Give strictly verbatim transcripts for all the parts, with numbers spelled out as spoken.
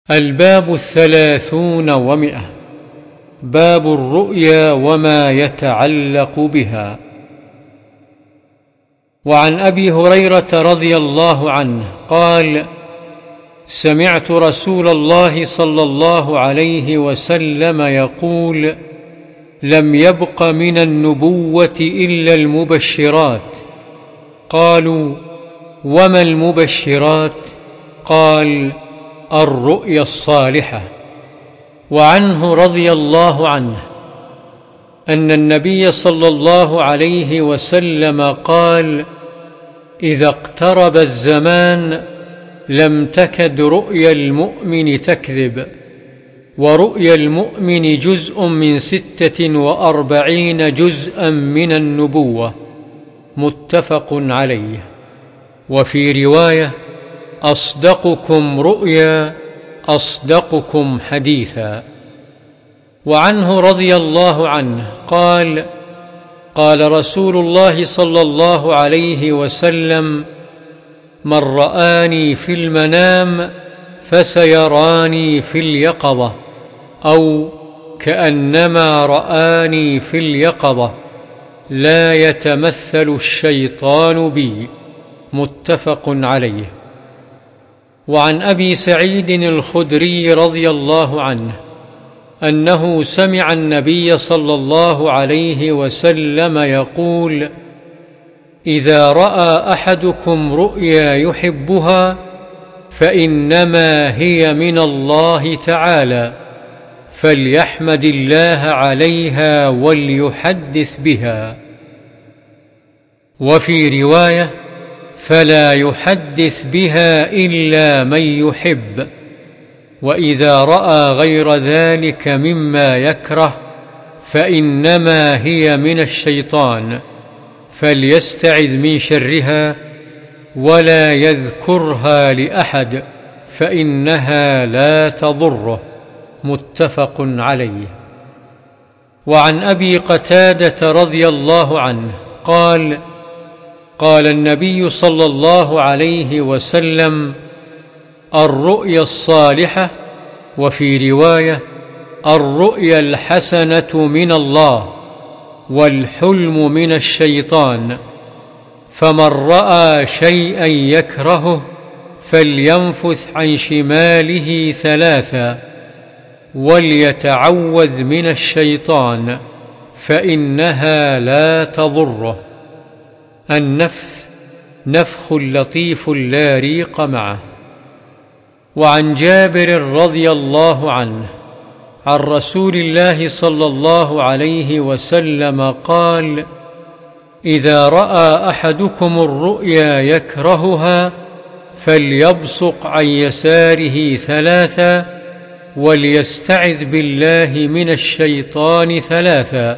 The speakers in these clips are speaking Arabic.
الباب الثلاثون ومئة. باب الرؤيا وما يتعلق بها. وعن أبي هريرة رضي الله عنه قال: سمعت رسول الله صلى الله عليه وسلم يقول: لم يبق من النبوة إلا المبشرات. قالوا: وما المبشرات؟ قال: الرؤيا الصالحة. وعنه رضي الله عنه أن النبي صلى الله عليه وسلم قال: إذا اقترب الزمان لم تكد رؤيا المؤمن تكذب، ورؤيا المؤمن جزء من ستة وأربعين جزءا من النبوة. متفق عليه. وفي رواية: أصدقكم رؤيا أصدقكم حديثا. وعنه رضي الله عنه قال: قال رسول الله صلى الله عليه وسلم: من رآني في المنام فسيراني في اليقظة، أو كأنما رآني في اليقظة، لا يتمثل الشيطان بي. متفق عليه. وعن أبي سعيد الخدري رضي الله عنه أنه سمع النبي صلى الله عليه وسلم يقول: إذا رأى أحدكم رؤيا يحبها فإنما هي من الله تعالى، فليحمد الله عليها وليحدث بها. وفي رواية: فلا يحدث بها إلا من يحب. وإذا رأى غير ذلك مما يكره فإنما هي من الشيطان، فليستعذ من شرها ولا يذكرها لأحد، فإنها لا تضره. متفق عليه. وعن أبي قتادة رضي الله عنه قال: قال النبي صلى الله عليه وسلم: الرؤيا الصالحة، وفي رواية: الرؤيا الحسنة من الله، والحلم من الشيطان. فمن رأى شيئا يكرهه فلينفث عن شماله ثلاثا، وليتعوذ من الشيطان فإنها لا تضره. النفث نفخ لطيف لا ريق معه. وعن جابر رضي الله عنه عن رسول الله صلى الله عليه وسلم قال: إذا رأى أحدكم الرؤيا يكرهها فليبصق عن يساره ثلاثا، وليستعذ بالله من الشيطان ثلاثا،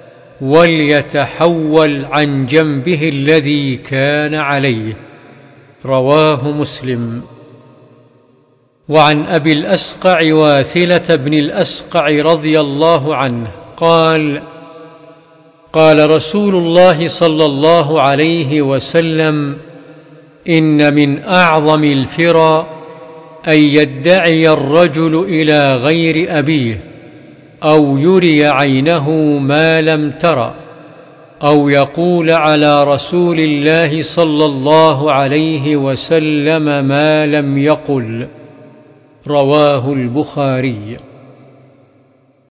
وليتحول عن جنبه الذي كان عليه. رواه مسلم. وعن أبي الأسقع واثلة بن الأسقع رضي الله عنه قال: قال رسول الله صلى الله عليه وسلم: إن من أعظم الفرى أن يدعي الرجل إلى غير أبيه، أو يري عينه ما لم تر، أو يقول على رسول الله صلى الله عليه وسلم ما لم يقل. رواه البخاري.